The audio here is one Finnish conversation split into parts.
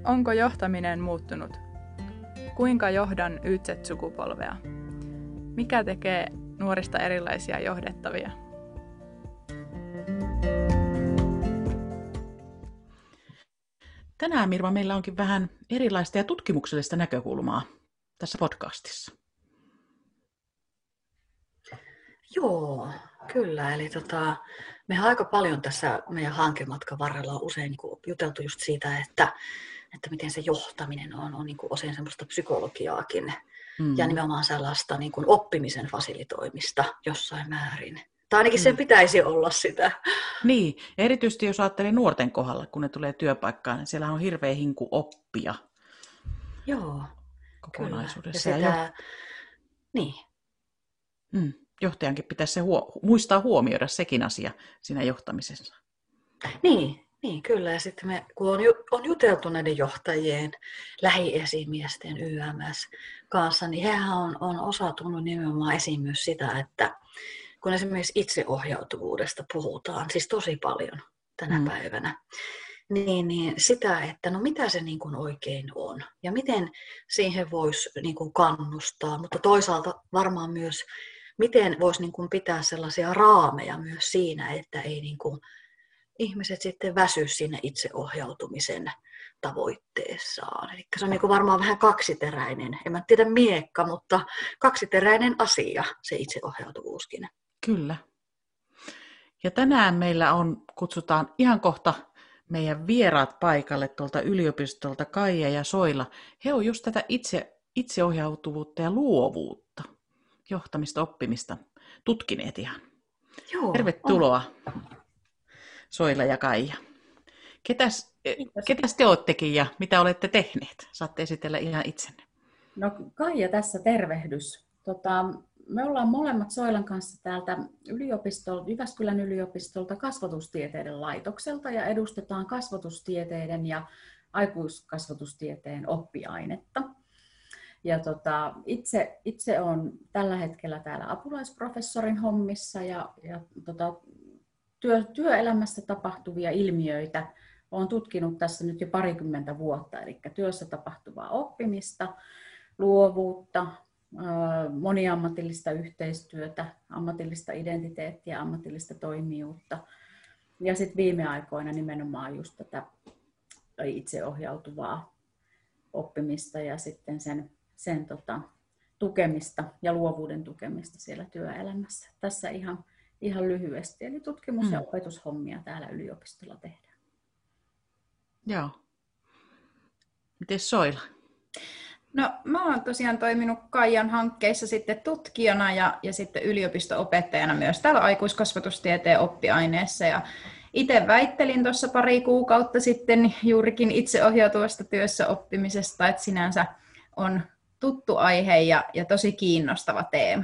Onko johtaminen muuttunut? Kuinka johdan YZ-sukupolvea? Mikä tekee nuorista erilaisia johdettavia? Tänään, Mirva, meillä onkin vähän erilaista ja tutkimuksellista näkökulmaa tässä podcastissa. Joo, kyllä. Eli mehän aika paljon tässä meidän hankematkan varrella on usein juteltu just siitä, että miten se johtaminen on osin semmoista psykologiaakin ja nimenomaan sellaista oppimisen fasilitoimista jossain määrin. Tai ainakin sen pitäisi olla sitä. Niin, ja erityisesti jos ajattelee nuorten kohdalla, kun ne tulee työpaikkaan, niin siellä on hirveä hinku oppia. Joo, kokonaisuudessa. Kyllä. Niin. Johtajankin pitäisi muistaa huomioida sekin asia siinä johtamisessa. Niin, kyllä. Ja sitten me, kun on juteltu näiden johtajien, lähiesimiesten YMS kanssa, niin hehän on osautunut nimenomaan esiin myös sitä, että kun esimerkiksi itseohjautuvuudesta puhutaan, siis tosi paljon tänä päivänä, niin sitä, että no mitä se niin kuin oikein on ja miten siihen voisi niin kuin kannustaa, mutta toisaalta varmaan myös, miten voisi niin kuin pitää sellaisia raameja myös siinä, että ei niin kuin ihmiset sitten väsy sinne itseohjautumisen tavoitteessaan. Eli se on niin kuin varmaan vähän kaksiteräinen, en mä tiedä miekka, mutta kaksiteräinen asia se itseohjautuvuuskin. Kyllä. Ja tänään meillä kutsutaan ihan kohta meidän vieraat paikalle tuolta yliopistolta Kaija ja Soila. He on just tätä itseohjautuvuutta ja luovuutta, johtamista, oppimista tutkineet ihan. Joo, tervetuloa Soila ja Kaija. Ketäs te oottekin ja mitä olette tehneet? Saatte esitellä ihan itsenne. No Kaija tässä, tervehdys. Me ollaan molemmat Soilan kanssa täältä Jyväskylän yliopistolta kasvatustieteiden laitokselta ja edustetaan kasvatustieteiden ja aikuiskasvatustieteen oppiainetta. Ja itse olen tällä hetkellä täällä apulaisprofessorin hommissa ja työelämässä tapahtuvia ilmiöitä olen tutkinut tässä nyt jo 20 vuotta, eli työssä tapahtuvaa oppimista, luovuutta, moniammatillista yhteistyötä, ammatillista identiteettiä, ammatillista toimijuutta. Ja sitten viime aikoina nimenomaan just tätä itseohjautuvaa oppimista ja sitten sen tukemista ja luovuuden tukemista siellä työelämässä. Tässä ihan lyhyesti. Eli tutkimus- ja opetushommia täällä yliopistolla tehdään. Joo. Miten Soila? No, mä oon tosiaan toiminut Kaijan hankkeissa sitten tutkijana ja sitten yliopisto-opettajana myös täällä aikuiskasvatustieteen oppiaineessa. Ja itse väittelin tuossa pari kuukautta sitten juurikin itseohjautuvasta työssä oppimisesta, että sinänsä on tuttu aihe ja tosi kiinnostava teema.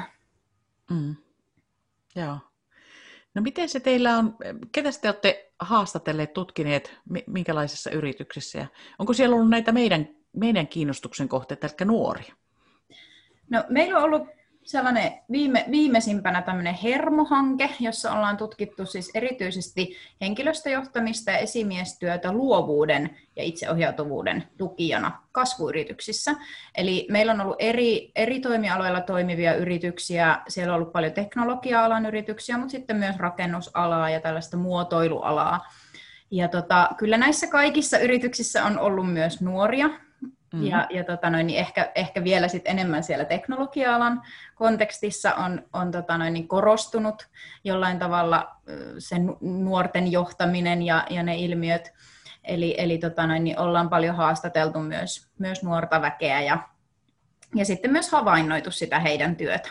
Joo. No miten se teillä on, ketä te olette haastatelleet, tutkineet, minkälaisissa yrityksissä? Ja onko siellä ollut näitä meidän kiinnostuksen kohteita, eli nuoria? No, meillä on ollut sellainen viimeisimpänä tämmöinen Hermo-hanke, jossa ollaan tutkittu siis erityisesti henkilöstöjohtamista ja esimiestyötä luovuuden ja itseohjautuvuuden tukijana kasvuyrityksissä. Eli meillä on ollut eri toimialoilla toimivia yrityksiä, siellä on ollut paljon teknologia-alan yrityksiä, mutta sitten myös rakennusalaa ja tällaista muotoilualaa. Ja kyllä näissä kaikissa yrityksissä on ollut myös nuoria. Ja niin ehkä vielä sit enemmän siellä teknologia-alan kontekstissa on korostunut jollain tavalla sen nuorten johtaminen ja ne ilmiöt. Eli niin ollaan paljon haastateltu myös nuorta väkeä ja sitten myös havainnoitu sitä heidän työtä.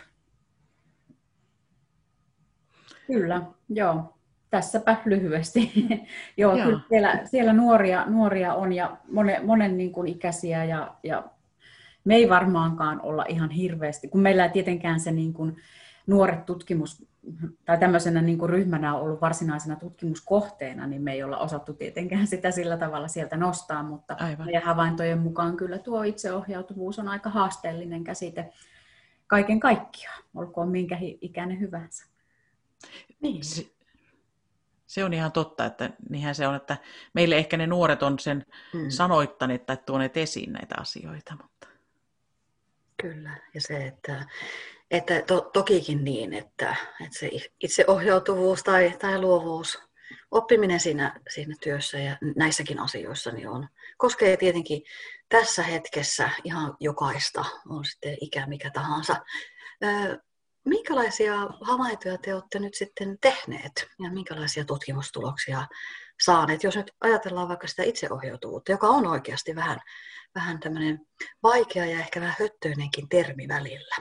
Kyllä, joo. Tässäpä lyhyesti. Joo, Joo. Kyllä siellä nuoria on ja monen niin kuin ikäisiä ja me ei varmaankaan olla ihan hirveästi, kun meillä ei tietenkään se niin kuin nuoret tutkimus tai tämmöisenä niin kuin ryhmänä on ollut varsinaisena tutkimuskohteena, niin me ei olla osattu tietenkään sitä sillä tavalla sieltä nostaa, mutta meidän havaintojen mukaan kyllä tuo itseohjautuvuus on aika haasteellinen käsite kaiken kaikkiaan, olkoon minkä ikäinen hyvänsä. Niin. Se on ihan totta, että niinhän se on, että meille ehkä ne nuoret on sen sanoittaneet tai tuoneet esiin näitä asioita. Mutta. Kyllä, ja se, että tokikin niin, että se itseohjautuvuus tai luovuus, oppiminen siinä työssä ja näissäkin asioissa niin koskee tietenkin tässä hetkessä ihan jokaista, on sitten ikä mikä tahansa. Minkälaisia havaintoja te olette nyt sitten tehneet ja minkälaisia tutkimustuloksia saaneet, jos nyt ajatellaan vaikka sitä itseohjautuvuutta, joka on oikeasti vähän tämmöinen vaikea ja ehkä vähän höttöinenkin termi välillä?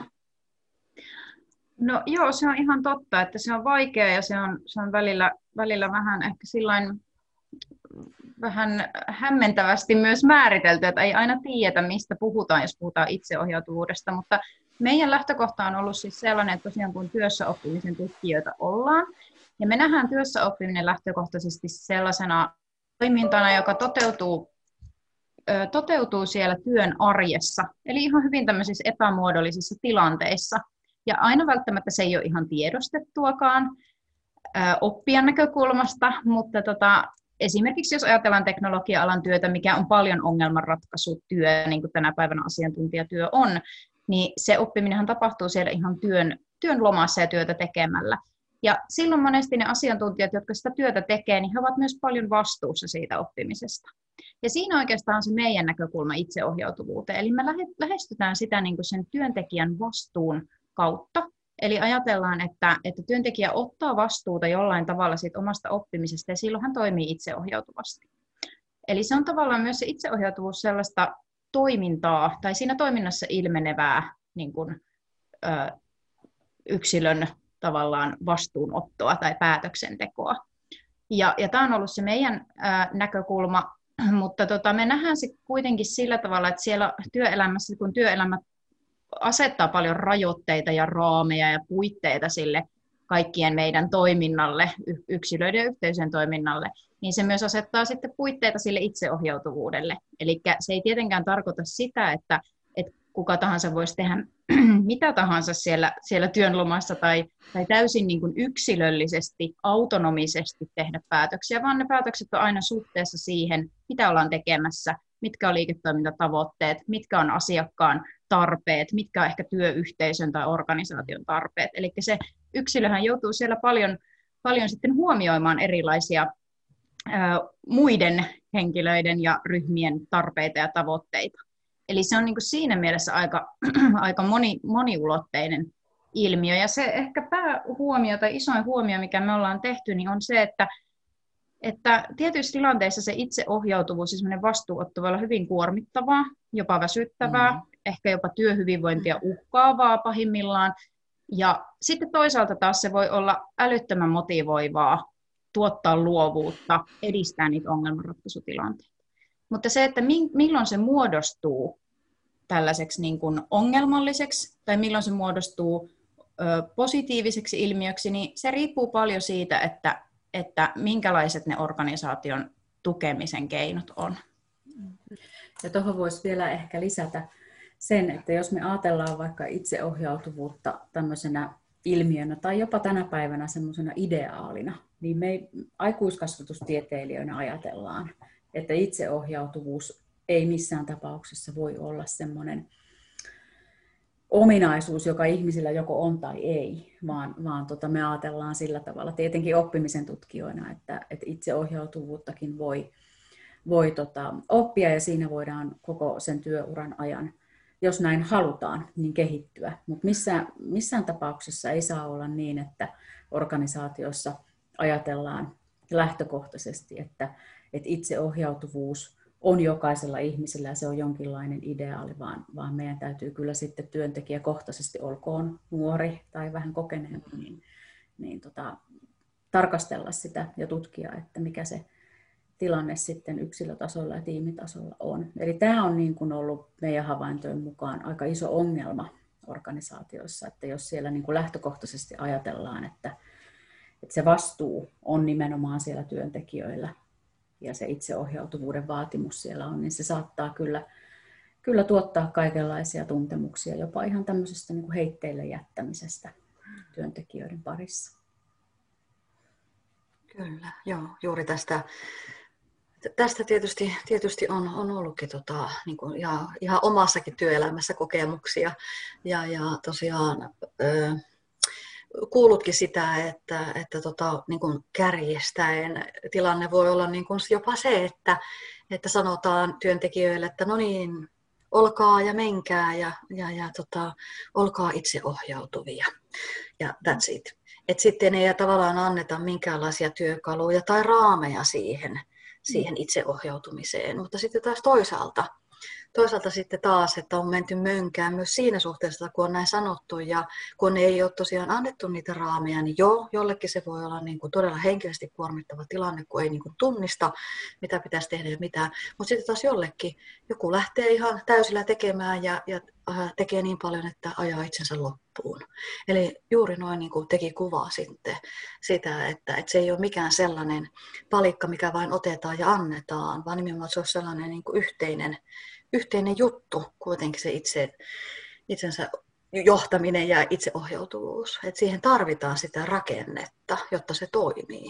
No joo, se on ihan totta, että se on vaikea ja se on välillä vähän ehkä sillain vähän hämmentävästi myös määritelty, että ei aina tiedetä, mistä puhutaan, jos puhutaan itseohjautuvuudesta, mutta meidän lähtökohta on ollut siis sellainen, että tosiaan kun työssäoppimisen tutkijoita ollaan, ja me nähdään työssäoppiminen lähtökohtaisesti sellaisena toimintana, joka toteutuu siellä työn arjessa, eli ihan hyvin tämmöisissä epämuodollisissa tilanteissa, ja aina välttämättä se ei ole ihan tiedostettuakaan oppijan näkökulmasta, mutta esimerkiksi jos ajatellaan teknologia-alan työtä, mikä on paljon ongelmanratkaisutyö, niin kuin tänä päivänä asiantuntijatyö on, niin se oppiminenhan tapahtuu siellä ihan työn lomassa ja työtä tekemällä. Ja silloin monesti ne asiantuntijat, jotka sitä työtä tekee, niin he ovat myös paljon vastuussa siitä oppimisesta. Ja siinä oikeastaan on se meidän näkökulma itseohjautuvuuteen. Eli me lähestytään sitä niin kuin sen työntekijän vastuun kautta. Eli ajatellaan, että työntekijä ottaa vastuuta jollain tavalla siitä omasta oppimisesta ja silloin hän toimii itseohjautuvasti. Eli se on tavallaan myös se itseohjautuvuus sellaista toimintaa tai siinä toiminnassa ilmenevää niin kuin, yksilön tavallaan vastuunottoa tai päätöksentekoa. Ja tämä on ollut se meidän näkökulma, mutta me nähdään se kuitenkin sillä tavalla, että siellä työelämässä, kun työelämä asettaa paljon rajoitteita ja raameja ja puitteita sille kaikkien meidän toiminnalle, yksilöiden ja yhteisön toiminnalle, niin se myös asettaa sitten puitteita sille itseohjautuvuudelle. Eli se ei tietenkään tarkoita sitä, että kuka tahansa voisi tehdä mitä tahansa siellä työn lomassa tai täysin niin kuin yksilöllisesti, autonomisesti tehdä päätöksiä, vaan ne päätökset on aina suhteessa siihen, mitä ollaan tekemässä, mitkä on liiketoimintatavoitteet, mitkä on asiakkaan tarpeet, mitkä on ehkä työyhteisön tai organisaation tarpeet. Eli se yksilöhän joutuu siellä paljon sitten huomioimaan erilaisia muiden henkilöiden ja ryhmien tarpeita ja tavoitteita. Eli se on niin kuin siinä mielessä aika moniulotteinen ilmiö. Ja se ehkä päähuomio tai isoin huomio, mikä me ollaan tehty, niin on se, että tietyissä tilanteissa se itseohjautuvuus ja semmoinen vastuunotto voi olla hyvin kuormittavaa, jopa väsyttävää, ehkä jopa työhyvinvointia uhkaavaa pahimmillaan. Ja sitten toisaalta taas se voi olla älyttömän motivoivaa, tuottaa luovuutta, edistää niitä ongelmanratkaisutilanteita. Mutta se, että milloin se muodostuu tällaiseksi niin kuin ongelmalliseksi tai milloin se muodostuu positiiviseksi ilmiöksi, niin se riippuu paljon siitä, että minkälaiset ne organisaation tukemisen keinot on. Ja tuohon voisi vielä ehkä lisätä sen, että jos me ajatellaan vaikka itseohjautuvuutta tämmöisenä ilmiönä tai jopa tänä päivänä semmoisena ideaalina, niin me aikuiskasvatustieteilijöinä ajatellaan, että itseohjautuvuus ei missään tapauksessa voi olla semmoinen ominaisuus, joka ihmisillä joko on tai ei, vaan me ajatellaan sillä tavalla, tietenkin oppimisen tutkijoina, että itseohjautuvuuttakin voi oppia ja siinä voidaan koko sen työuran ajan, jos näin halutaan, niin kehittyä. Mutta missään tapauksessa ei saa olla niin, että organisaatiossa ajatellaan lähtökohtaisesti, että itseohjautuvuus on jokaisella ihmisellä ja se on jonkinlainen ideaali, vaan meidän täytyy kyllä sitten työntekijäkohtaisesti, olkoon nuori tai vähän kokeneempi, niin tarkastella sitä ja tutkia, että mikä se tilanne sitten yksilötasolla ja tiimitasolla on. Eli tämä on niin kuin ollut meidän havaintojen mukaan aika iso ongelma organisaatioissa, että jos siellä niin kuin lähtökohtaisesti ajatellaan, että se vastuu on nimenomaan siellä työntekijöillä ja se itseohjautuvuuden vaatimus siellä on, niin se saattaa kyllä tuottaa kaikenlaisia tuntemuksia, jopa ihan tämmöisestä niin kuin heitteille jättämisestä työntekijöiden parissa. Kyllä, joo, juuri tästä tietysti on ollutkin niin kuin ihan omassakin työelämässä kokemuksia ja tosiaan kuullutkin sitä, että niin kuin kärjistäen tilanne voi olla niin kuin jopa se, että sanotaan työntekijöille, että no niin, olkaa ja menkää ja olkaa itseohjautuvia ja that's it. Et sitten ei tavallaan anneta minkäänlaisia työkaluja tai raameja siihen itseohjautumiseen, mutta sitten taas toisaalta sitten taas, että on menty mönkään myös siinä suhteessa, kun on näin sanottu ja kun ei ole tosiaan annettu niitä raameja, niin jollekin se voi olla niin kuin todella henkisesti kuormittava tilanne, kun ei niin kuin tunnista, mitä pitäisi tehdä ja mitä. Mutta sitten taas jollekin joku lähtee ihan täysillä tekemään ja tekee niin paljon, että ajaa itsensä loppuun. Eli juuri noin niin kuin teki kuvaa sitten sitä, että se ei ole mikään sellainen palikka, mikä vain otetaan ja annetaan, vaan nimenomaan se on sellainen niin kuin yhteinen juttu, kuitenkin se itsensä johtaminen ja itseohjautuvuus. Et siihen tarvitaan sitä rakennetta, jotta se toimii.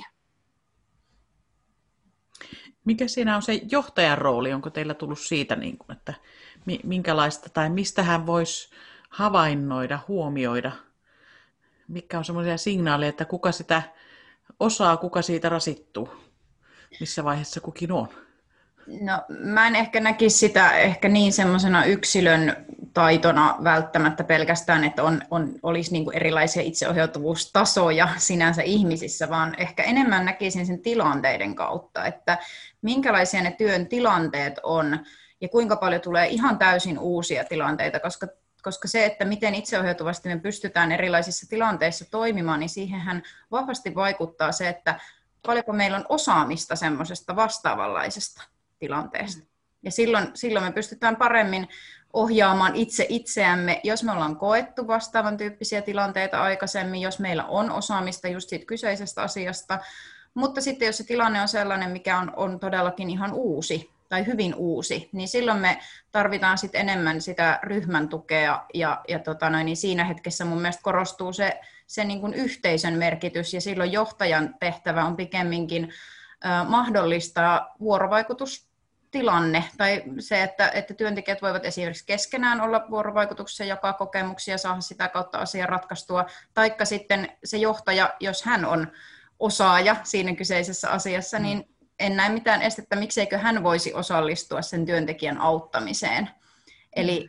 Mikä siinä on se johtajan rooli? Onko teillä tullut siitä, että minkälaista tai mistä hän voisi havainnoida, huomioida? Mitkä on semmoisia signaaleja, että kuka sitä osaa, kuka siitä rasittuu? Missä vaiheessa kukin on? No, mä en ehkä näkisi sitä ehkä niin semmoisena yksilön taitona välttämättä pelkästään, että olisi niin kuin erilaisia itseohjautuvuustasoja sinänsä ihmisissä, vaan ehkä enemmän näkisin sen tilanteiden kautta, että minkälaisia ne työn tilanteet on ja kuinka paljon tulee ihan täysin uusia tilanteita, koska se, että miten itseohjautuvasti me pystytään erilaisissa tilanteissa toimimaan, niin siihenhän vahvasti vaikuttaa se, että paljonko meillä on osaamista semmoisesta vastaavanlaisesta tilanteesta. Ja silloin me pystytään paremmin ohjaamaan itseämme, jos me ollaan koettu vastaavan tyyppisiä tilanteita aikaisemmin, jos meillä on osaamista just siitä kyseisestä asiasta. Mutta sitten jos se tilanne on sellainen, mikä on todellakin ihan uusi tai hyvin uusi, niin silloin me tarvitaan sitten enemmän sitä ryhmän tukea niin siinä hetkessä mun mielestä korostuu se niin kuin yhteisön merkitys ja silloin johtajan tehtävä on pikemminkin mahdollistaa vuorovaikutustilanne tai se, että työntekijät voivat esimerkiksi keskenään olla vuorovaikutuksessa, jakaa kokemuksia, saada sitä kautta asiaa ratkaistua, taikka sitten se johtaja, jos hän on osaaja siinä kyseisessä asiassa, niin en näe mitään estettä, mikseikö hän voisi osallistua sen työntekijän auttamiseen. Eli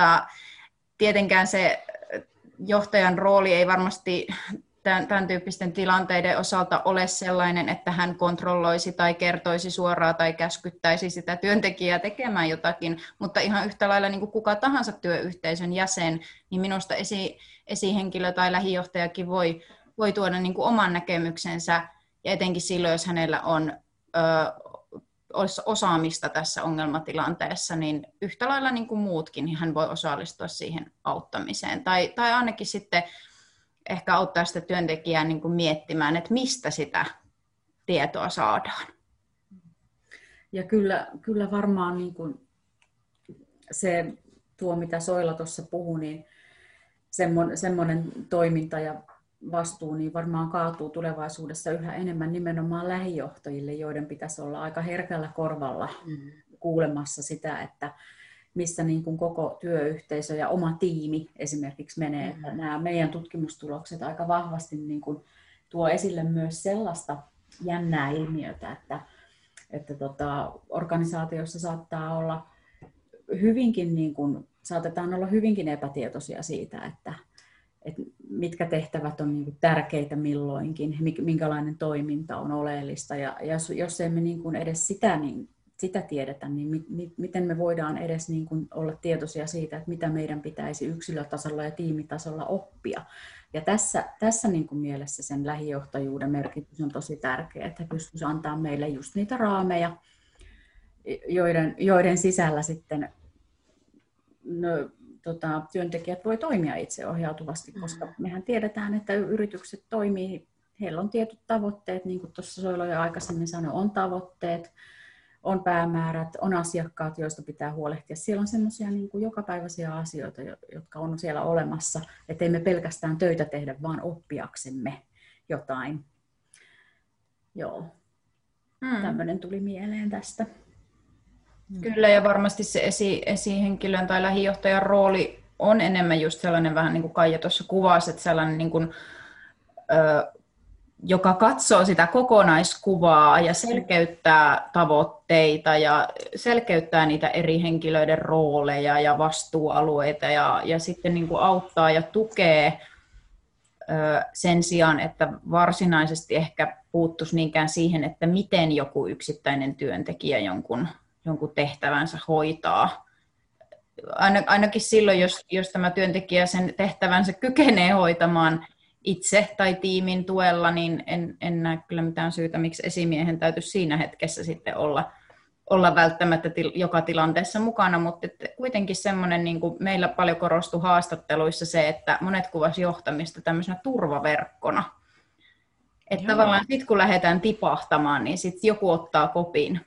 tietenkään se johtajan rooli ei varmasti tämän tyyppisten tilanteiden osalta ole sellainen, että hän kontrolloisi tai kertoisi suoraan tai käskyttäisi sitä työntekijää tekemään jotakin, mutta ihan yhtä lailla niin kuin kuka tahansa työyhteisön jäsen, niin minusta esihenkilö tai lähijohtajakin voi tuoda niin kuin oman näkemyksensä, ja etenkin silloin, jos hänellä on osaamista tässä ongelmatilanteessa, niin yhtä lailla niin kuin muutkin, niin hän voi osallistua siihen auttamiseen. Tai ainakin sitten ehkä auttaa sitä työntekijää niin kuin miettimään, että mistä sitä tietoa saadaan. Ja kyllä varmaan niin kuin se tuo, mitä Soila tuossa puhui, niin semmoinen toiminta ja vastuu niin varmaan kaatuu tulevaisuudessa yhä enemmän nimenomaan lähijohtajille, joiden pitäisi olla aika herkällä korvalla kuulemassa sitä, että missä niin kuin koko työyhteisö ja oma tiimi esimerkiksi menee. Että nämä meidän tutkimustulokset aika vahvasti niin kuin tuo esille myös sellaista jännää ilmiötä, että organisaatiossa saattaa olla saatetaan olla hyvinkin epätietoisia siitä, että mitkä tehtävät on niin kuin tärkeitä milloinkin, minkälainen toiminta on oleellista. Ja jos emme niin kuin edes sitä tiedetä, niin miten me voidaan edes niin kuin olla tietoisia siitä, että mitä meidän pitäisi yksilötasolla ja tiimitasolla oppia. Ja tässä niin kuin mielessä sen lähijohtajuuden merkitys on tosi tärkeä, että pystyisi antaa meille just niitä raameja, joiden sisällä sitten työntekijät voi toimia itseohjautuvasti, koska mehän tiedetään, että yritykset toimii, heillä on tietyt tavoitteet, niin kuin tuossa Soila jo aikaisemmin sanoi, on tavoitteet, on päämäärät, on asiakkaat, joista pitää huolehtia. Siellä on semmoisia niin kuin jokapäiväisiä asioita, jotka on siellä olemassa, ettei me pelkästään töitä tehdä, vaan oppiaksemme jotain. joo, tämmöinen tuli mieleen tästä. Kyllä, ja varmasti se esihenkilön tai lähijohtajan rooli on enemmän just sellainen, vähän niin kuin Kaija tuossa kuvasi, että sellainen, niin kuin, joka katsoo sitä kokonaiskuvaa ja selkeyttää tavoitteita ja selkeyttää niitä eri henkilöiden rooleja ja vastuualueita ja sitten niin kuin auttaa ja tukee sen sijaan, että varsinaisesti ehkä puuttuisi niinkään siihen, että miten joku yksittäinen työntekijä jonkun tehtävänsä hoitaa. Ainakin silloin, jos tämä työntekijä sen tehtävänsä kykenee hoitamaan itse tai tiimin tuella, niin en näe kyllä mitään syytä, miksi esimiehen täytyisi siinä hetkessä sitten olla välttämättä joka tilanteessa mukana, mutta kuitenkin semmoinen, niin kuin meillä paljon korostui haastatteluissa se, että monet kuvasi johtamista tämmöisenä turvaverkkona. Että tavallaan sitten kun lähdetään tipahtamaan, niin sitten joku ottaa kopin.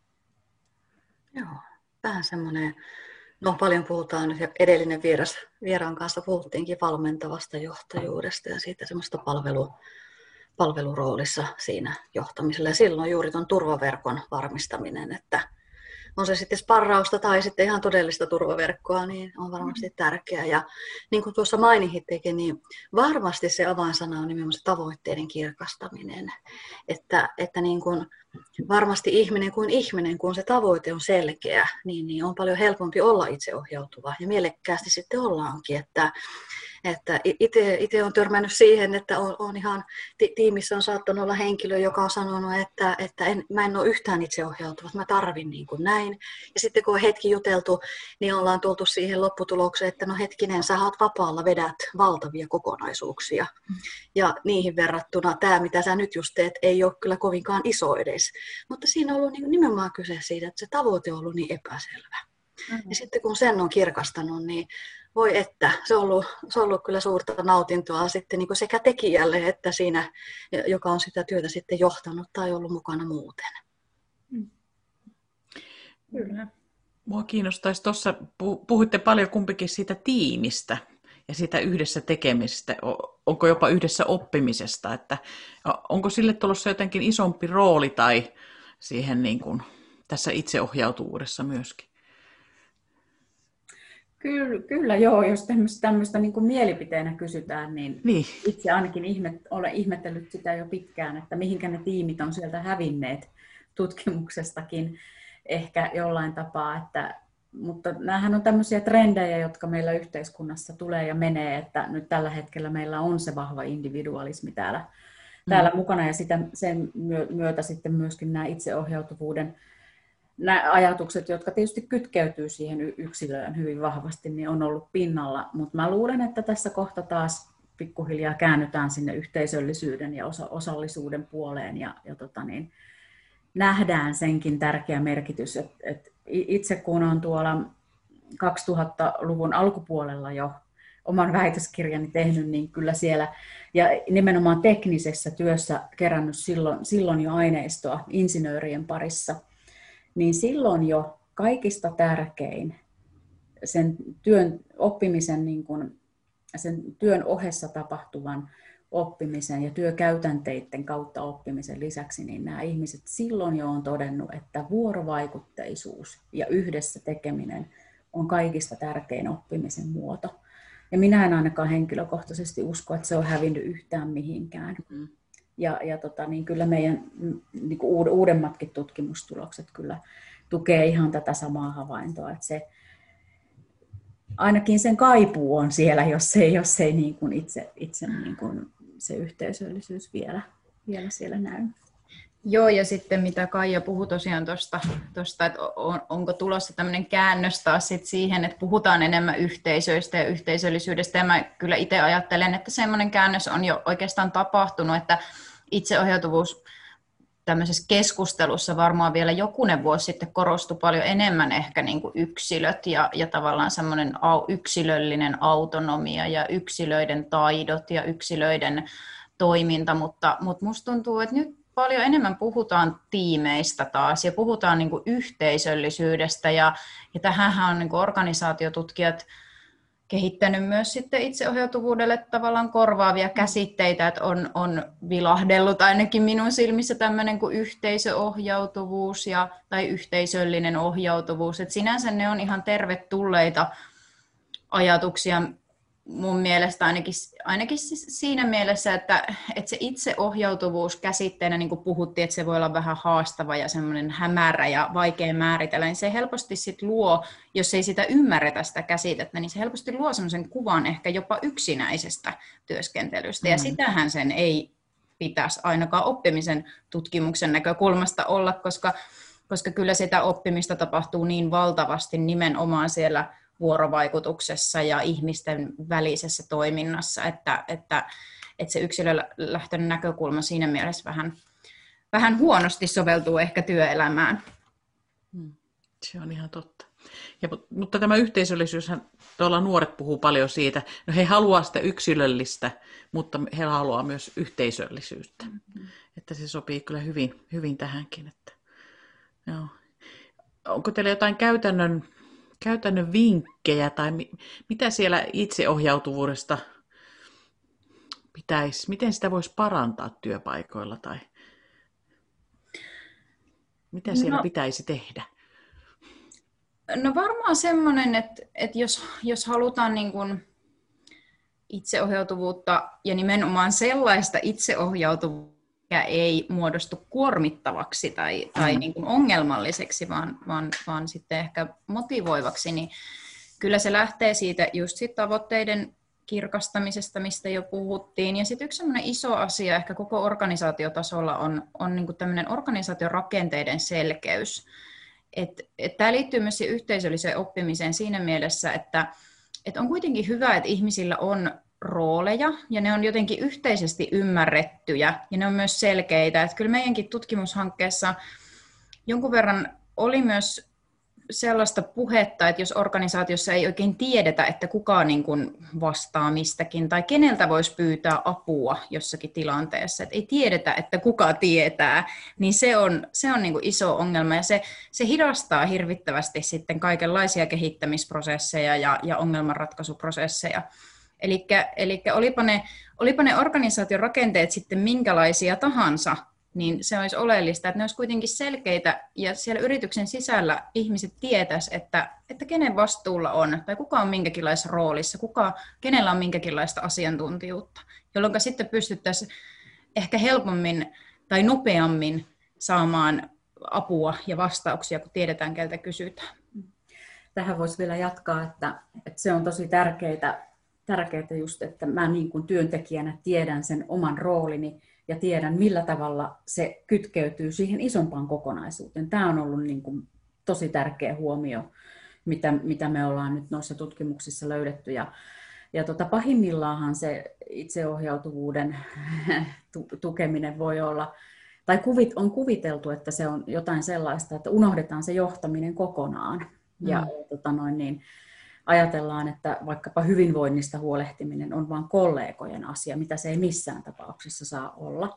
Joo, vähän semmoinen, paljon puhutaan nyt, ja edellinen vieraan kanssa puhuttiinkin valmentavasta johtajuudesta ja siitä semmoista palveluroolissa siinä johtamisella. Ja silloin juuri tuon turvaverkon varmistaminen, että on se sitten sparrausta tai sitten ihan todellista turvaverkkoa, niin on varmasti tärkeää. Ja niin kuin tuossa mainittiinkin, niin varmasti se avainsana on nimenomaan se tavoitteiden kirkastaminen. Että niin kuin varmasti ihminen, kun se tavoite on selkeä, niin on paljon helpompi olla itseohjautuva. Ja mielekkäästi sitten ollaankin, että itse olen törmännyt siihen, että on ihan tiimissä on saattanut olla henkilö, joka on sanonut, että mä en ole yhtään itseohjautuva, mä tarvin niin kuin näin. Ja sitten kun on hetki juteltu, niin ollaan tultu siihen lopputulokseen, että no hetkinen, sä oot vapaalla, vedät valtavia kokonaisuuksia. Ja niihin verrattuna tämä, mitä sä nyt just teet, ei ole kyllä kovinkaan iso edes. Mutta siinä on ollut nimenomaan kyse siitä, että se tavoite on ollut niin epäselvä. Ja sitten kun sen on kirkastanut, niin voi että, se on ollut kyllä suurta nautintoa sitten niin kuin sekä tekijälle että siinä, joka on sitä työtä sitten johtanut tai ollut mukana muuten. Kyllä. Mua kiinnostaisi tuossa, puhuitte paljon kumpikin siitä tiimistä ja siitä yhdessä tekemisestä, onko jopa yhdessä oppimisesta, että onko sille tulossa jotenkin isompi rooli tai siihen niin kuin, tässä itseohjautuvuudessa myöskin? Kyllä joo, jos tämmöistä niin kuin mielipiteenä kysytään, niin itse ainakin olen ihmetellyt sitä jo pitkään, että mihinkä ne tiimit on sieltä hävinneet tutkimuksestakin ehkä jollain tapaa, mutta näähän on tämmöisiä trendejä, jotka meillä yhteiskunnassa tulee ja menee, että nyt tällä hetkellä meillä on se vahva individualismi täällä mukana ja sen myötä sitten myöskin nämä itseohjautuvuuden nämä ajatukset, jotka tietysti kytkeytyy siihen yksilöön hyvin vahvasti, niin on ollut pinnalla, mutta mä luulen, että tässä kohta taas pikkuhiljaa käännytään sinne yhteisöllisyyden ja osallisuuden puoleen ja nähdään senkin tärkeä merkitys, että itse kun on tuolla 2000-luvun alkupuolella jo oman väitöskirjani tehnyt, niin kyllä siellä ja nimenomaan teknisessä työssä kerännyt silloin jo aineistoa insinöörien parissa, niin silloin jo kaikista tärkein sen työn oppimisen, niin kuin sen työn ohessa tapahtuvan oppimisen ja työkäytänteiden kautta oppimisen lisäksi, niin nämä ihmiset silloin jo on todennut, että vuorovaikutteisuus ja yhdessä tekeminen on kaikista tärkein oppimisen muoto. Ja minä en ainakaan henkilökohtaisesti usko, että se on hävinnyt yhtään mihinkään. Niin kyllä meidän niin kuin uudemmatkin tutkimustulokset kyllä tukee ihan tätä samaa havaintoa, että ainakin sen kaipuu on siellä, jos ei niin kuin itse niin kuin se yhteisöllisyys vielä siellä näy. Joo, ja sitten mitä Kaija puhui tosiaan tuosta, että onko tulossa tämmöinen käännös taas sit siihen, että puhutaan enemmän yhteisöistä ja yhteisöllisyydestä, ja mä kyllä itse ajattelen, että semmoinen käännös on jo oikeastaan tapahtunut, että itseohjautuvuus tämmöisessä keskustelussa varmaan vielä jokunen vuosi sitten korostui paljon enemmän ehkä niin kuin yksilöt ja tavallaan semmoinen yksilöllinen autonomia ja yksilöiden taidot ja yksilöiden toiminta, mutta musta tuntuu, että nyt paljon enemmän puhutaan tiimeistä taas ja puhutaan niin kuin yhteisöllisyydestä ja tähänhän on niin kuin organisaatiotutkijat kehittänyt myös sitten itseohjautuvuudelle tavallaan korvaavia käsitteitä, että on vilahdellut ainakin minun silmissä tämmöinen kuin yhteisöohjautuvuus tai yhteisöllinen ohjautuvuus. Että sinänsä ne on ihan tervetulleita ajatuksia mun mielestä ainakin siinä mielessä, että se itseohjautuvuus käsitteenä, niin kuin puhuttiin, että se voi olla vähän haastava ja semmoinen hämärä ja vaikea määritellä, niin se helposti sit luo, jos ei sitä ymmärretä sitä käsitettä, niin se helposti luo semmoisen kuvan ehkä jopa yksinäisestä työskentelystä, ja sitähän sen ei pitäisi ainakaan oppimisen tutkimuksen näkökulmasta olla, koska kyllä sitä oppimista tapahtuu niin valtavasti nimenomaan siellä vuorovaikutuksessa ja ihmisten välisessä toiminnassa, että se yksilölähtöinen näkökulma siinä mielessä vähän huonosti soveltuu ehkä työelämään. Se on ihan totta. Mutta tämä yhteisöllisyyshän, tuolla nuoret puhuu paljon siitä, no he haluaa sitä yksilöllistä, mutta he haluaa myös yhteisöllisyyttä. Että se sopii kyllä hyvin, hyvin tähänkin. Että, joo. Onko teillä jotain käytännön vinkkejä tai mitä siellä itseohjautuvuudesta miten sitä voisi parantaa työpaikoilla tai mitä siellä pitäisi tehdä? No varmaan semmoinen, että jos halutaan niin kuin itseohjautuvuutta ja nimenomaan sellaista itseohjautuvuutta, mikä ei muodostu kuormittavaksi tai niin kuin ongelmalliseksi, vaan sitten ehkä motivoivaksi, niin kyllä se lähtee siitä tavoitteiden kirkastamisesta, mistä jo puhuttiin. Ja sitten yksi sellainen iso asia ehkä koko organisaatiotasolla on niin kuin tämmöinen organisaation rakenteiden selkeys. Tämä liittyy myös yhteisölliseen oppimiseen siinä mielessä, että on kuitenkin hyvä, että ihmisillä on rooleja, ja ne on jotenkin yhteisesti ymmärrettyjä, ja ne on myös selkeitä. Että kyllä meidänkin tutkimushankkeessa jonkun verran oli myös sellaista puhetta, että jos organisaatiossa ei oikein tiedetä, että kuka niin kuin vastaa mistäkin, tai keneltä voisi pyytää apua jossakin tilanteessa, että ei tiedetä, että kuka tietää, niin se on niin kuin iso ongelma, ja se hidastaa hirvittävästi sitten kaikenlaisia kehittämisprosesseja ja ongelmanratkaisuprosesseja. Eli olipa ne organisaation rakenteet sitten minkälaisia tahansa, niin se olisi oleellista, että ne olisi kuitenkin selkeitä ja siellä yrityksen sisällä ihmiset tietäisivät, että kenen vastuulla on tai kuka on minkäkinlaisessa roolissa, kenellä on minkäkinlaista asiantuntijuutta, jolloin sitten pystyttäisiin ehkä helpommin tai nopeammin saamaan apua ja vastauksia, kun tiedetään, keltä kysytään. Tähän voisi vielä jatkaa, että se on tosi tärkeää just, että mä niin kuin työntekijänä tiedän sen oman roolini ja tiedän, millä tavalla se kytkeytyy siihen isompaan kokonaisuuteen. Tämä on ollut niin kuin tosi tärkeä huomio, mitä me ollaan nyt noissa tutkimuksissa löydetty. Ja pahimmillaan se itseohjautuvuuden tukeminen voi olla, tai on kuviteltu, että se on jotain sellaista, että unohdetaan se johtaminen kokonaan. Ja ajatellaan, että vaikkapa hyvinvoinnista huolehtiminen on vain kollegojen asia, mitä se ei missään tapauksessa saa olla.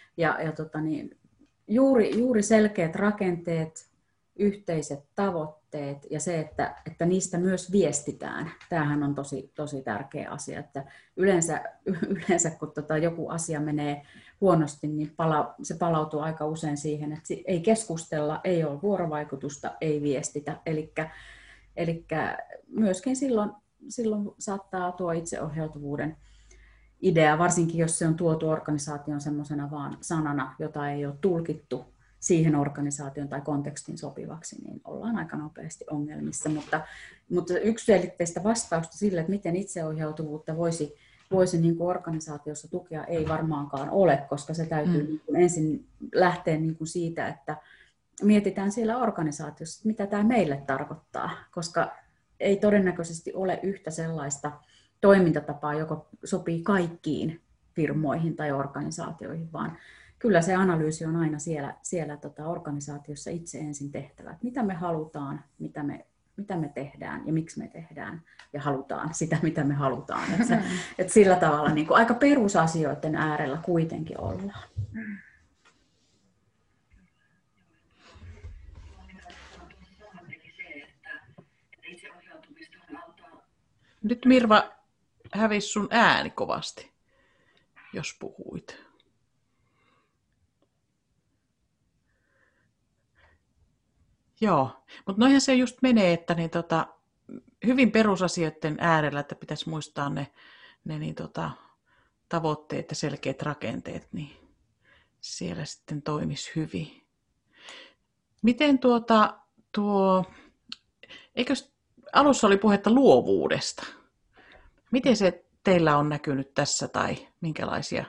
Juuri selkeät rakenteet, yhteiset tavoitteet ja se, että niistä myös viestitään. Tämähän on tosi tärkeä asia, että yleensä kun joku asia menee huonosti, niin se palautuu aika usein siihen, että ei keskustella, ei ole vuorovaikutusta, ei viestitä. Eli myöskin silloin saattaa tuo itseohjautuvuuden idea, varsinkin jos se on tuotu organisaation semmoisena vaan sanana, jota ei ole tulkittu siihen organisaation tai kontekstin sopivaksi, niin ollaan aika nopeasti ongelmissa. Mutta yksiselitteistä vastausta sille, että miten itseohjautuvuutta voisi niin kuin organisaatiossa tukea, ei varmaankaan ole, koska se täytyy niin kuin ensin lähteä niin kuin siitä, että mietitään siellä organisaatiossa, mitä tämä meille tarkoittaa, koska ei todennäköisesti ole yhtä sellaista toimintatapaa, joka sopii kaikkiin firmoihin tai organisaatioihin, vaan kyllä se analyysi on aina siellä organisaatiossa itse ensin tehtävä. Mitä me halutaan, mitä me tehdään ja miksi me tehdään ja halutaan sitä, mitä me halutaan. Että sillä tavalla niin kuin aika perusasioiden äärellä kuitenkin ollaan. Nyt Mirva hävisi sun ääni kovasti, jos puhuit. Joo, mutta noihän se just menee, että niin hyvin perusasioiden äärellä, että pitäisi muistaa ne tavoitteet ja selkeät rakenteet, niin siellä sitten toimisi hyvin. Miten eikö alussa oli puhetta luovuudesta? Miten se teillä on näkynyt tässä tai minkälaisia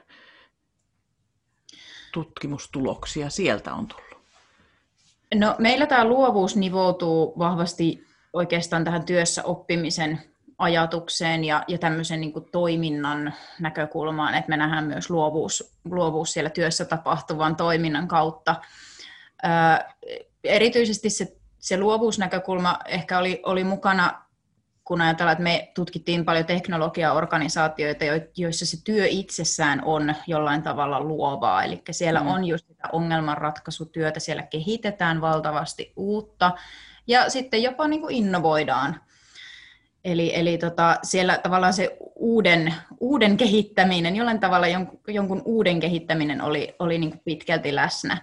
tutkimustuloksia sieltä on tullut? No, meillä tämä luovuus nivoutuu vahvasti oikeastaan tähän työssä oppimisen ajatukseen ja tämmöisen niin kuin toiminnan näkökulmaan, että me nähdään myös luovuus siellä työssä tapahtuvan toiminnan kautta. Erityisesti se luovuusnäkökulma ehkä oli mukana, kun ajatellaan, että me tutkittiin paljon teknologiaorganisaatioita, joissa se työ itsessään on jollain tavalla luovaa. Eli siellä on just sitä ongelmanratkaisutyötä, siellä kehitetään valtavasti uutta ja sitten jopa niin kuin innovoidaan. Eli siellä tavallaan se uuden kehittäminen, jollain tavalla jonkun uuden kehittäminen oli niin kuin pitkälti läsnä.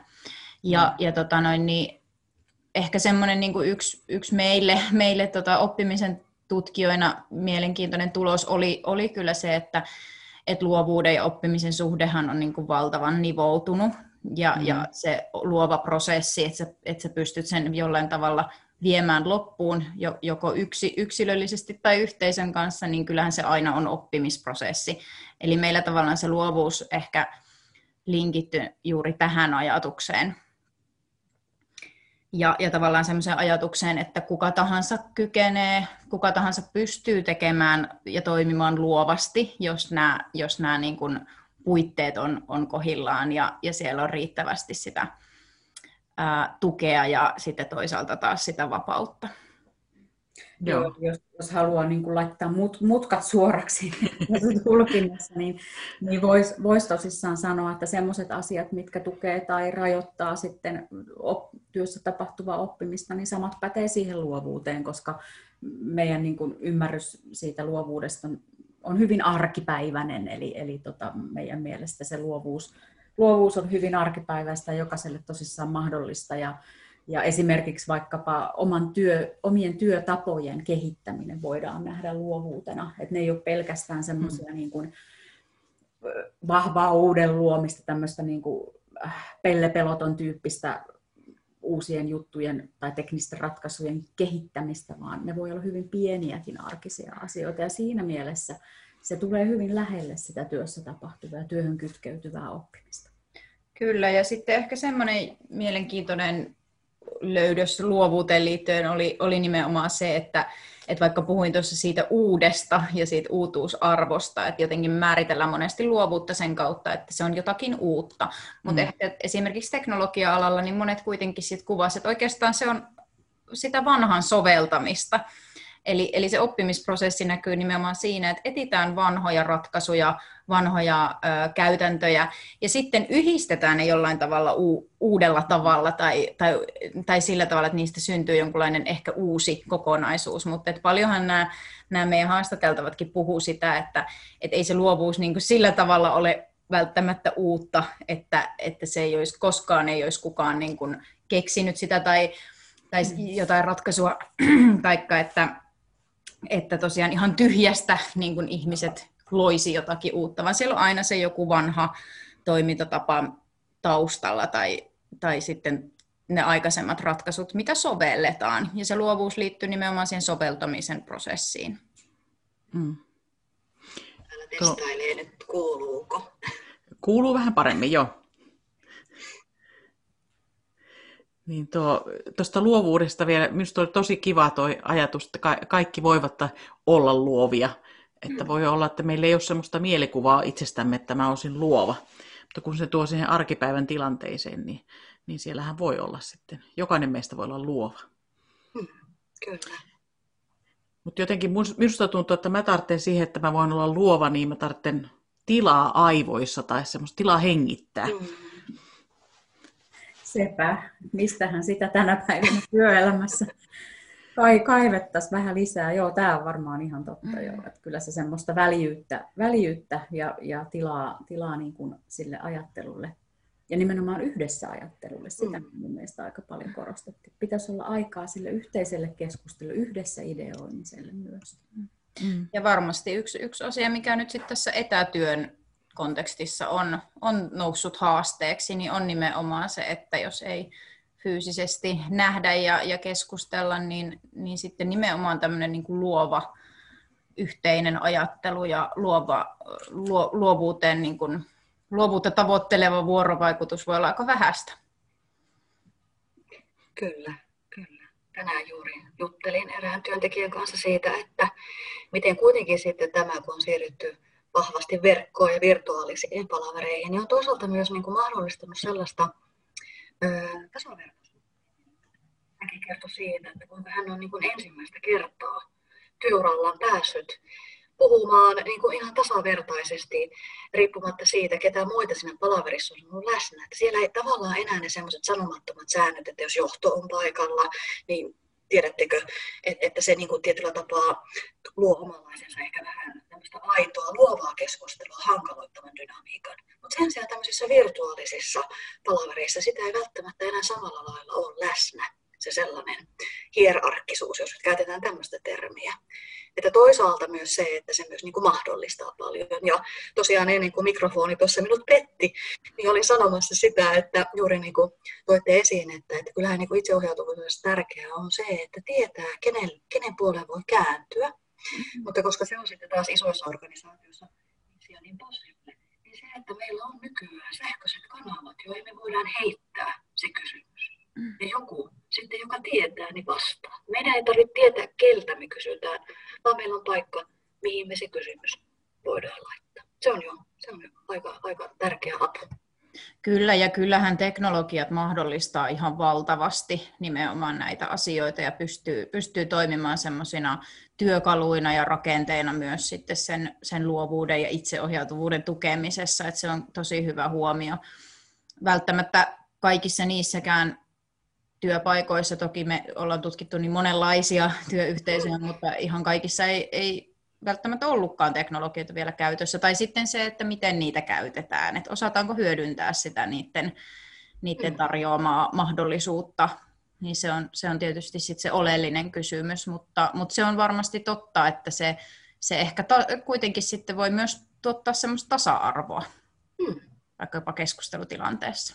Niin ehkä semmoinen niin kuin yksi meille oppimisen tutkijoina mielenkiintoinen tulos oli kyllä se, että luovuuden ja oppimisen suhdehan on niin kuin valtavan nivoutunut ja se luova prosessi, että sä pystyt sen jollain tavalla viemään loppuun joko yksilöllisesti tai yhteisön kanssa, niin kyllähän se aina on oppimisprosessi. Eli meillä tavallaan se luovuus ehkä linkitty juuri tähän ajatukseen. Ja tavallaan semmoiseen ajatukseen, että kuka tahansa kykenee, kuka tahansa pystyy tekemään ja toimimaan luovasti, jos nämä niin kuin puitteet on kohdillaan ja siellä on riittävästi sitä tukea ja sitten toisaalta taas sitä vapautta. Joo. Jos haluaa niin kuin laittaa mutkat suoraksi tulkinnassa, niin vois tosissaan sanoa, että sellaiset asiat, mitkä tukee tai rajoittaa sitten työssä tapahtuvaa oppimista, niin samat pätee siihen luovuuteen, koska meidän niin kuin ymmärrys siitä luovuudesta on hyvin arkipäiväinen, eli meidän mielestä se luovuus on hyvin arkipäiväistä ja jokaiselle tosissaan mahdollista. Ja esimerkiksi vaikkapa omien työtapojen kehittäminen voidaan nähdä luovuutena. Että ne ei ole pelkästään semmoisia niin kuin vahvaa uuden luomista, tämmöistä niin kuin pellepeloton tyyppistä uusien juttujen tai teknisten ratkaisujen kehittämistä, vaan ne voi olla hyvin pieniäkin arkisia asioita. Ja siinä mielessä se tulee hyvin lähelle sitä työssä tapahtuvaa ja työhön kytkeytyvää oppimista. Kyllä, ja sitten ehkä semmoinen mielenkiintoinen löydös luovuuteen liittyen oli nimenomaan se, että vaikka puhuin tuossa siitä uudesta ja siitä uutuusarvosta, että jotenkin määritellään monesti luovuutta sen kautta, että se on jotakin uutta. Mutta ehkä esimerkiksi teknologia-alalla niin monet kuitenkin sit kuvasivat, että oikeastaan se on sitä vanhan soveltamista. Eli se oppimisprosessi näkyy nimenomaan siinä, että etsitään vanhoja ratkaisuja, vanhoja käytäntöjä ja sitten yhdistetään ne jollain tavalla uudella tavalla tai sillä tavalla, että niistä syntyy jonkunlainen ehkä uusi kokonaisuus. Mutta paljonhan nämä meidän haastateltavatkin puhuu sitä, että ei se luovuus niin kuin sillä tavalla ole välttämättä uutta, että se ei olisi koskaan ei olisi kukaan niin kuin keksinyt sitä tai jotain ratkaisua, taikka että tosiaan ihan tyhjästä niin kuin ihmiset loisi jotakin uutta, vaan siellä on aina se joku vanha toimintatapa taustalla tai sitten ne aikaisemmat ratkaisut, mitä sovelletaan. Ja se luovuus liittyy nimenomaan siihen soveltamisen prosessiin. Täällä testailee, että kuuluuko? Kuuluu vähän paremmin, joo. Niin tuosta luovuudesta vielä, minusta oli tosi kiva tuo ajatus, että kaikki voivat olla luovia. Että voi olla, että meillä ei ole sellaista mielikuvaa itsestämme, että mä olisin luova. Mutta kun se tuo siihen arkipäivän tilanteeseen, niin siellähän voi olla sitten, jokainen meistä voi olla luova. Kyllä. Mutta jotenkin minusta tuntuu, että mä tarvitsen siihen, että mä voin olla luova, niin mä tarvitsen tilaa aivoissa tai semmoista tilaa hengittää. Sepä. Mistähän sitä tänä päivänä työelämässä kaivettaisiin vähän lisää. Joo, tämä on varmaan ihan totta. Joo. Että kyllä se semmoista väljyyttä ja tilaa niin kuin sille ajattelulle. Ja nimenomaan yhdessä ajattelulle. Sitä mun mielestä aika paljon korostettiin. Pitäisi olla aikaa sille yhteiselle keskustelulle, yhdessä ideoimiselle myös. Ja varmasti yksi asia, mikä nyt sitten tässä etätyön kontekstissa on noussut haasteeksi, niin on nimenomaan se, että jos ei fyysisesti nähdä ja keskustella, niin sitten nimenomaan tämmöinen niin kuin luova yhteinen ajattelu ja luovuuteen, niin kuin, luovuutta tavoitteleva vuorovaikutus voi olla aika vähäistä. Kyllä. Tänään juuri juttelin erään työntekijän kanssa siitä, että miten kuitenkin sitten tämä, kun on siirrytty vahvasti verkkoon ja virtuaalisiin palavereihin, niin on toisaalta myös niin kuin mahdollistanut sellaista tasavertaisuutta. Hänkin kertoi siitä, että kuinka hän on niin kuin ensimmäistä kertaa työurallaan päässyt puhumaan niin kuin ihan tasavertaisesti, riippumatta siitä, ketä muita siinä palaverissa on ollut läsnä. Että siellä ei tavallaan enää ne sellaiset sanomattomat säännöt, että jos johto on paikalla, niin tiedättekö, että se niin kuin tietyllä tapaa luo omanlaisensa ehkä vähän tämmöistä aitoa, luovaa keskustelua, hankaloittavan dynamiikan. Mutta sen sijaan tämmöisissä virtuaalisissa palavereissa sitä ei välttämättä enää samalla lailla ole läsnä. Se sellainen hierarkkisuus, jos nyt käytetään tämmöistä termiä. Että toisaalta myös se, että se myös niin kuin mahdollistaa paljon. Ja tosiaan ennen kuin mikrofoni tuossa minut petti, niin olin sanomassa sitä, että juuri niin kuin toitte esiin, että kyllähän niin kuin itseohjautuvuudessa tärkeää on se, että tietää, kenen puoleen voi kääntyä. Mutta koska se on sitten taas isoissa organisaatioissa niin possible, niin se, että meillä on nykyään sähköiset kanavat, joihin me voidaan heittää se kysymys. Ja joku sitten, joka tietää, niin vastaa. Meidän ei tarvitse tietää, keltä me kysytään, vaan meillä on paikka, mihin me se kysymys voidaan laittaa. Se on jo aika tärkeä apu. Kyllä, ja kyllähän teknologiat mahdollistaa ihan valtavasti nimenomaan näitä asioita ja pystyy toimimaan semmoisina työkaluina ja rakenteina myös sitten sen luovuuden ja itseohjautuvuuden tukemisessa, että se on tosi hyvä huomio. Välttämättä kaikissa niissäkään työpaikoissa, toki me ollaan tutkittu niin monenlaisia työyhteisöjä, mutta ihan kaikissa ei välttämättä ollutkaan teknologioita vielä käytössä. Tai sitten se, että miten niitä käytetään, että osataanko hyödyntää sitä niiden tarjoamaa mahdollisuutta. Niin se on tietysti sitten se oleellinen kysymys, mutta se on varmasti totta, että se ehkä kuitenkin sitten voi myös tuottaa semmoista tasa-arvoa, vaikkapa keskustelutilanteessa.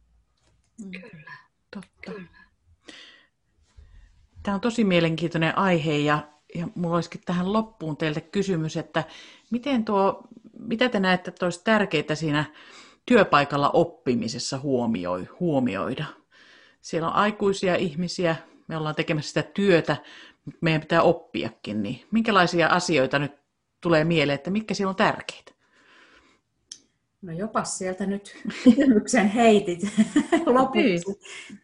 Kyllä. Totta. Tämä on tosi mielenkiintoinen aihe ja minulla olisikin tähän loppuun teiltä kysymys, että mitä te näette, että olisi tärkeää siinä työpaikalla oppimisessa huomioida? Siellä on aikuisia ihmisiä, me ollaan tekemässä sitä työtä, mutta meidän pitää oppiakin, niin minkälaisia asioita nyt tulee mieleen, että mitkä siellä on tärkeitä? No jopas sieltä nyt kysymyksen heitit lopuksi.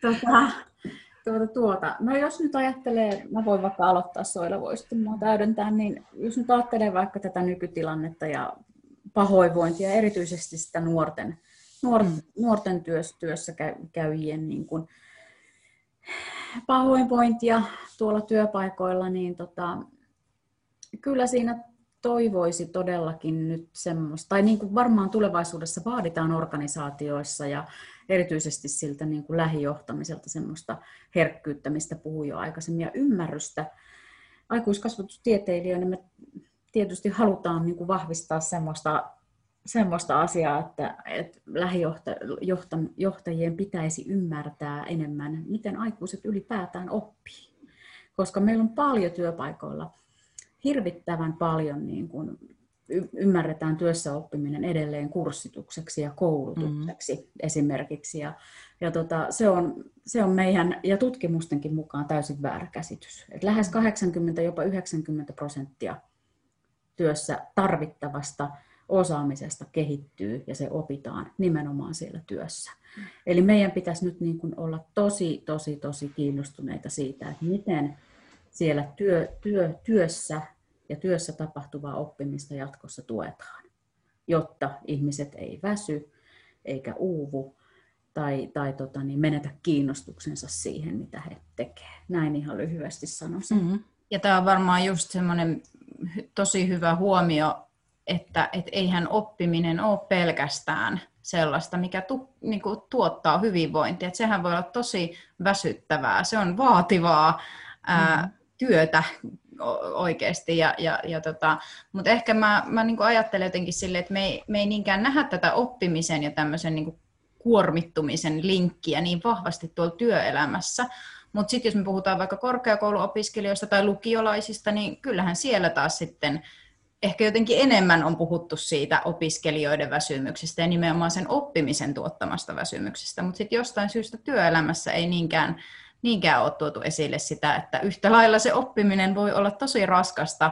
No jos nyt ajattelee, mä voin vaikka aloittaa, Soila voi sitten mua täydentää, niin jos nyt ajattelee vaikka tätä nykytilannetta ja pahoinvointia, erityisesti sitä nuorten työssä käyjien niin kuin pahoinvointia tuolla työpaikoilla, niin kyllä siinä toivoisi todellakin nyt semmoista, tai niin kuin varmaan tulevaisuudessa vaaditaan organisaatioissa ja erityisesti siltä niin kuin lähijohtamiselta semmoista herkkyyttä, mistä puhuin jo aikaisemmin, ja ymmärrystä. Aikuiskasvatustieteilijöinä me tietysti halutaan niin kuin vahvistaa semmoista asiaa, että lähijohtajien pitäisi ymmärtää enemmän, miten aikuiset ylipäätään oppii. Koska meillä on paljon työpaikoilla, hirvittävän paljon niin kuin ymmärretään työssäoppiminen edelleen kurssitukseksi ja koulutukseksi esimerkiksi. Ja se on meidän ja tutkimustenkin mukaan täysin väärä käsitys. Et lähes 80, jopa 90% työssä tarvittavasta osaamisesta kehittyy ja se opitaan nimenomaan siellä työssä. Eli meidän pitäisi nyt niin kuin olla tosi kiinnostuneita siitä, että miten siellä työssä ja työssä tapahtuvaa oppimista jatkossa tuetaan, jotta ihmiset ei väsy eikä uuvu menetä kiinnostuksensa siihen, mitä he tekevät. Näin ihan lyhyesti sanoisin. Mm-hmm. Ja tämä on varmaan just semmoinen tosi hyvä huomio, että eihän oppiminen ole pelkästään sellaista, mikä niinku tuottaa hyvinvointia. Et sehän voi olla tosi väsyttävää, se on vaativaa työtä oikeasti. Mutta ehkä mä niinku ajattelen jotenkin silleen, että me ei niinkään nähdä tätä oppimisen ja tämmöisen niinku kuormittumisen linkkiä niin vahvasti tuolla työelämässä. Mutta sitten jos me puhutaan vaikka korkeakouluopiskelijoista tai lukiolaisista, niin kyllähän siellä taas sitten ehkä jotenkin enemmän on puhuttu siitä opiskelijoiden väsymyksestä ja nimenomaan sen oppimisen tuottamasta väsymyksestä. Mutta sitten jostain syystä työelämässä ei niinkään ole tuotu esille sitä, että yhtä lailla se oppiminen voi olla tosi raskasta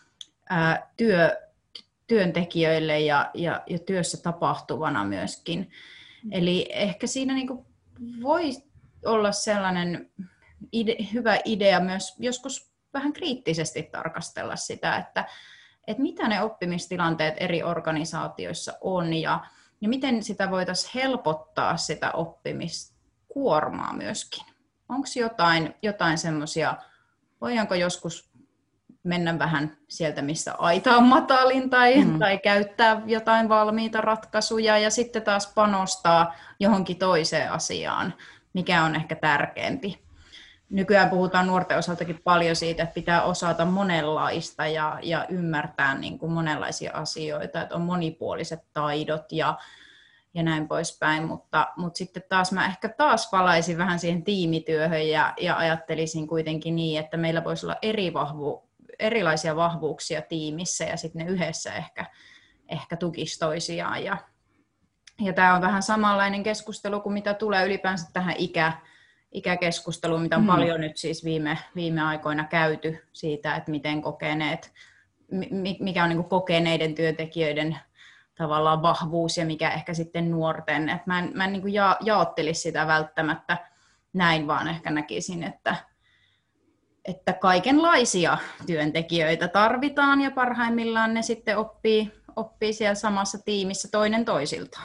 työntekijöille ja työssä tapahtuvana myöskin. Eli ehkä siinä niinku voi olla sellainen hyvä idea myös joskus vähän kriittisesti tarkastella sitä, että mitä ne oppimistilanteet eri organisaatioissa on ja miten sitä voitaisiin helpottaa sitä oppimiskuormaa myöskin. Onko jotain semmoisia, voidaanko joskus mennä vähän sieltä, missä aita on matalin tai käyttää jotain valmiita ratkaisuja ja sitten taas panostaa johonkin toiseen asiaan, mikä on ehkä tärkeämpi. Nykyään puhutaan nuorten osaltakin paljon siitä, että pitää osata monenlaista ja ymmärtää niin kuin monenlaisia asioita, että on monipuoliset taidot ja näin poispäin, mutta sitten taas mä ehkä palaisin vähän siihen tiimityöhön ja ajattelisin kuitenkin niin, että meillä voisi olla erilaisia vahvuuksia tiimissä ja sitten ne yhdessä ehkä tukisi toisiaan. Ja tämä on vähän samanlainen keskustelu kuin mitä tulee ylipäänsä tähän ikäkeskusteluun, mitä on paljon nyt siis viime aikoina käyty siitä, että miten mikä on niin kuin kokeneiden työntekijöiden tavallaan vahvuus ja mikä ehkä sitten nuorten. Et mä en niin kuin jaottelisi sitä välttämättä näin, vaan ehkä näkisin, että kaikenlaisia työntekijöitä tarvitaan ja parhaimmillaan ne sitten oppii siellä samassa tiimissä toinen toisiltaan.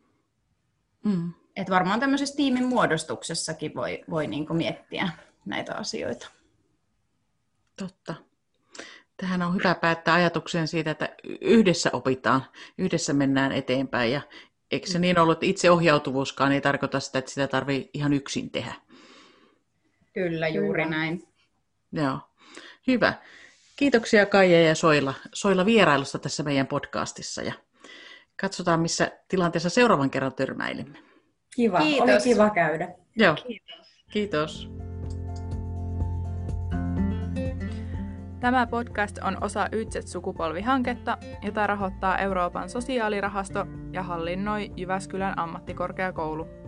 Et varmaan tämmöisessä tiimin muodostuksessakin voi niin kuin miettiä näitä asioita. Totta. Tähän on hyvä päättää ajatukseen siitä, että yhdessä opitaan, yhdessä mennään eteenpäin. Ja eikö se niin ollut, että itseohjautuvuuskaan ei tarkoita sitä, että sitä tarvitsee ihan yksin tehdä? Kyllä, juuri näin. Joo, hyvä. Kiitoksia Kaija ja Soila vierailusta tässä meidän podcastissa. Ja katsotaan, missä tilanteessa seuraavan kerran törmäilemme. Kiva, Kiitos. oli kiva käydä. Joo, kiitos. Tämä podcast on osa YTSET-sukupolvihanketta, jota rahoittaa Euroopan sosiaalirahasto ja hallinnoi Jyväskylän ammattikorkeakoulu.